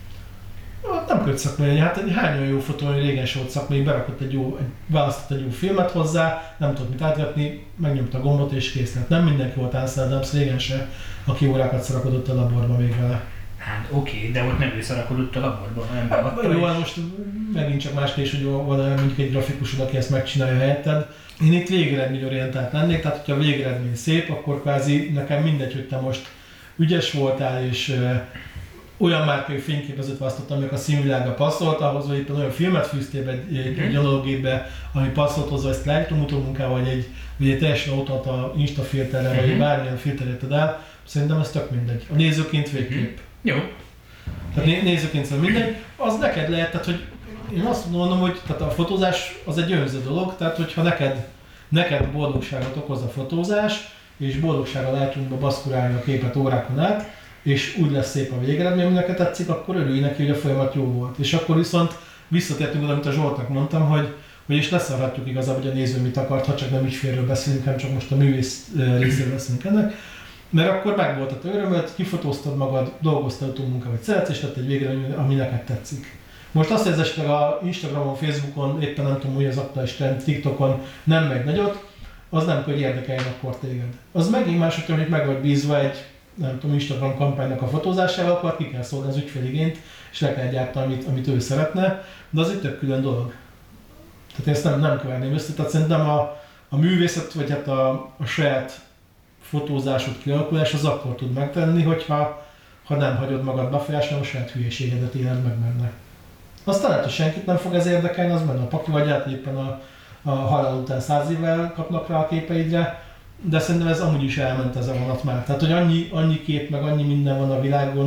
Nem költ szakmai, hát hány olyan jó fotó, hogy régen se volt szakmai, választott egy jó filmet hozzá, nem tudott mit átvetni, megnyomta a gombot és kész. Nem mindenki volt Ansel Adams, régen se, aki órákat szarakodott a laborba még vele. Hát oké, de ott nem ő szarakodott a laborban, hanem beadta. Jó, most megint csak más kérdés, hogy van mondjuk egy grafikusod, aki ezt megcsinálja helyetted. Én itt végeredményorientált lennék, tehát hogyha a végeredmény szép, akkor kvázi nekem mindegy, hogy te most ügyes voltál és olyan márkai fényképezőt választottam, amelyek a színvilágba passzolt, ahhoz, hogy éppen olyan filmet fűztél be egy analógépbe, ami passzolt hozzá, ezt Lightroom utómunkával, vagy egy teljesen automata Insta filterrel, vagy bármilyen filter érted el, szerintem ez tök mindegy. A nézőként végképp. Jó. Tehát nézőként szóval mindegy. Az neked lehet, tehát hogy én azt mondom, hogy tehát a fotózás az egy önző dolog, tehát hogyha neked boldogságot okoz a fotózás, és boldogsága Lightroomba baszkurálni a képet órákon át, és úgy lesz szép a végeredmény, ami neked tetszik, akkor örülj neki, hogy a folyamat jó volt. És akkor viszont visszatértünk oda, amit a Zsoltnak mondtam, hogy is leszarhatjuk igazából, hogy a néző mit akart, ha csak nem ügyfélről beszélünk, hanem csak most a művész részéről beszélünk ennek. Mert akkor megvolt a te örömöd, kifotóztad magad, dolgoztál utómunka, vagy szeretsz, és lett egy végeredmény, ami neked tetszik. Most azt érzed, esetleg a Instagramon, Facebookon, éppen nem tudom, hogy az aktuális trend, TikTokon nem megy nagyot, az nem kell, hogy érdekeljen akkor téged. Az megint másodjára, hogy meg vagy bízva egy nem tudom, Instagram kampánynak a fotózásával, akkor ki kell szólni az ügyféligényt, és le kell gyártani, amit ő szeretne, de az egy tök külön dolog. Tehát én ezt nem keverném össze, tehát szerintem a művészet, vagy hát a saját fotózásod kialakulás az akkor tud megtenni, hogyha nem hagyod magad befolyásolni, a saját hülyeségedet éled meg benne. Aztán lehet, hogy senkit nem fog ez érdekelni, az benne a paki, vagy hát éppen a halál után 100 évvel kapnak rá a képeidre, de szerintem ez amúgy is elment ez a vonat már. Tehát, hogy annyi kép, meg annyi minden van a világon,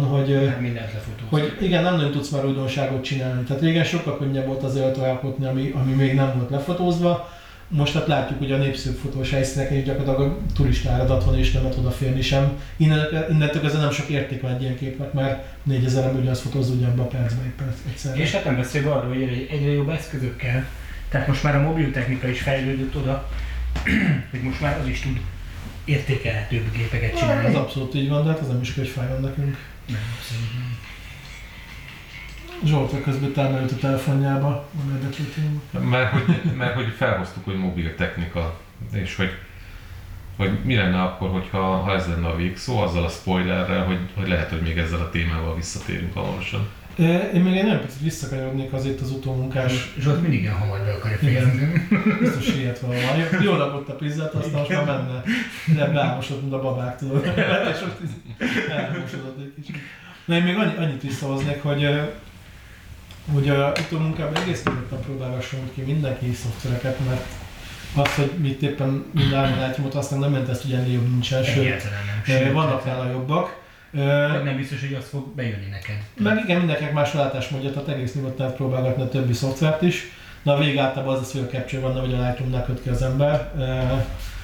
hogy igen, nem nagyon tudsz már újdonságot csinálni. Tehát régen sokkal könnyebb volt az ölt alkotni, ami még nem volt lefotózva. Most hát látjuk, hogy a népszerűbb fotós helyszíneken is gyakorlatilag a turista áradat van, és nem lehet odaférni sem. Innentől kezdve nem sok érték van egy ilyen képnek, mert 4000 ember ugyanazt fotózza ugyanabba a percben éppen egyszerre. És hát nem beszélve arról, hogy egyre jobb eszközökkel, tehát most már a mobiltechnika is fejlődött oda, hogy most már az is tud értékelhetőbb gépeket csinálni. Ez abszolút így van, de hát ez nem is hogy fájjon nekünk. Nem, abszolút nem. Zsolt közben termelőt a telefonjába, nem érdeklődünk. Mert hogy felhoztuk, hogy mobil technika, és hogy mi lenne akkor, ha ez lenne a végszó, azzal a spoilerrel, hogy lehet, hogy még ezzel a témával visszatérünk hamarosan. Én még egy nagyon picit visszakanyarodnék azért az utómunkás. Zsolt mindig ilyen hamar be akarja fejezni. Biztos ilyet valahol. Jól rakott a pizzát, aztán most már menne. De beálmosodott, mint a babák, tudod. És most elmosodott egy kicsit. Na én még annyit visszahoznék, hogy a utómunkában egész nyugodtan próbálgassunk ki mindenki szoftvereket, mert az, hogy mit éppen minden látjumot, aztán nem ment ezt, hogy ennél jobb nincsen, sőt, vannak nála jobbak. Nem biztos, hogy az fog bejönni neked. Meg igen, mindenkinek más látásmódja, tehát egész nyugodtan próbálgatni a többi szoftvert is. De a vég általában az lesz, hogy a Capture van, vagy a Lightroom-nál köt ki az ember.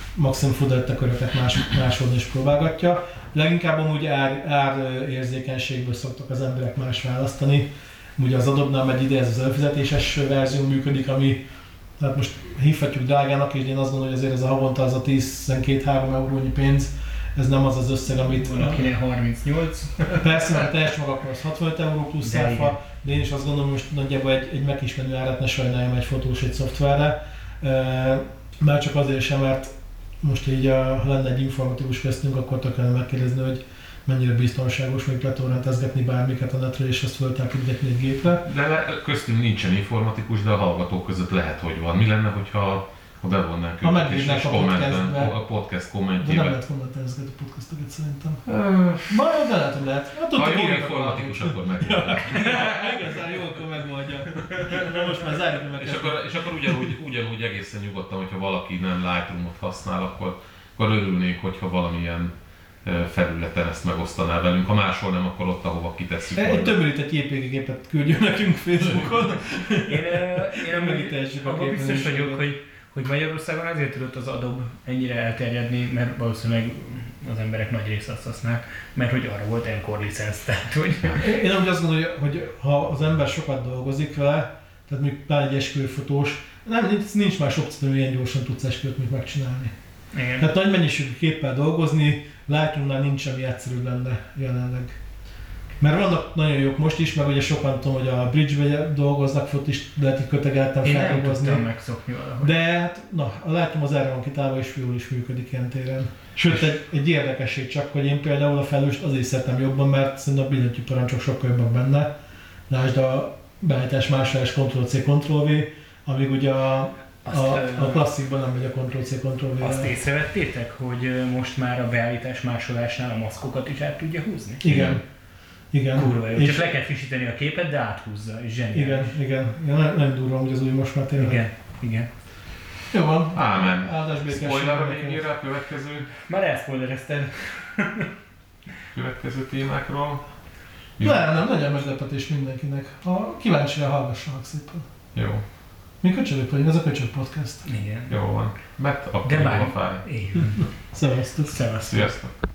maximum fudette köröket máshol is próbálgatja. Leginkább amúgy érzékenységből szoktak az emberek más választani. Ugye az Adobe-nál megy ide, ez az előfizetéses verzió működik, ami hát most hívhatjuk drágának, és én azt gondolom, hogy azért ez a havonta az a 10-12-3 eurónyi pénz, ez nem az az összeg, amit... Van akinek 38. Persze, mert a teljes mag akkor az 65 euró plusz áfa, de én is azt gondolom, hogy most nagyjából egy Mac is menő árat ne sajnáljam egy fotós egy szoftverre. Már csak azért sem, mert most így, ha lenne egy informatikus köztünk, akkor tökéletesen megkérdezni, hogy mennyire biztonságos még letorrentezgetni bármiket a netre, és azt föltápítgatni egy gépre. De köztünk nincsen informatikus, de a hallgatók között lehet, hogy van. Mi lenne, hogyha bevonnánk őket és a podcast kommentjébe? De nem lehet kommentelni a podcastokat szerintem. Majd de lehet. Ha jó informatikus, akkor megoldják. Igazán jó, akkor megoldja. Na most már zárjuk meg. És akkor ugyanúgy egészen nyugodtan, hogyha valaki nem Lightroom-ot használ, akkor örülnénk, hogyha valamilyen felületen ezt megosztaná velünk. Ha máshol nem, akkor ott, ahova kitesszük. Egy tömörített JPG gépet küldjön nekünk Facebookon. Én abban biztos vagyok, hogy Magyarországon azért tudott az Adobe ennyire elterjedni, mert valószínűleg az emberek nagy része azt használ, mert hogy arra volt Encore licensz, tehát hogy... Én úgy azt gondolom, hogy ha az ember sokat dolgozik vele, tehát még pár egy esküvőfotós, nincs más opció, hogy ilyen gyorsan tudsz esküvőt még megcsinálni. Igen. Tehát nagy mennyiségű képpel dolgozni, Lightroom-nál nincs, ami egyszerűbb lenne jelenleg. Mert vannak nagyon jók most is, meg ugye sokan tudom, hogy a Bridge-be dolgoznak, fot is lehet így kötegeltem feldolgozni. Én nem tudtam megszokni valahogy. De hát, na, a Lightroom az erre van kitálva, és jól is működik ilyen téren. Sőt, egy érdekesség csak, hogy én például a felülst azért szeretem jobban, mert szerintem a billentyű parancsok sokkal jobbak benne. Lásd a beállítás másolás Ctrl-C, Ctrl-V, amíg ugye a klasszikban nem megy a Ctrl-C, Ctrl-V. Azt észrevettétek, hogy most már a beállítás másolásnál a maszkokat is át tudja húzni? Igen. Kurva jó. Csak le kell frissíteni a képet, de áthúzza, és zseniális. Igen. Nem durva, hogy az új most már tényleg. Igen. Jó van. Ámen. Áldás békesség. Spoiler a végére a következő. Már elszpoilerezted. Következő témákról. Nem, legyen meglepetés mindenkinek. Ha kíváncsi hallgassanak szépen. Jó. Mi köcsögök vagyunk, ez a Köcsög Podcast. Igen. Jó van. Mert akkor de jó már a fáj. Szevasztok. Sziasztok.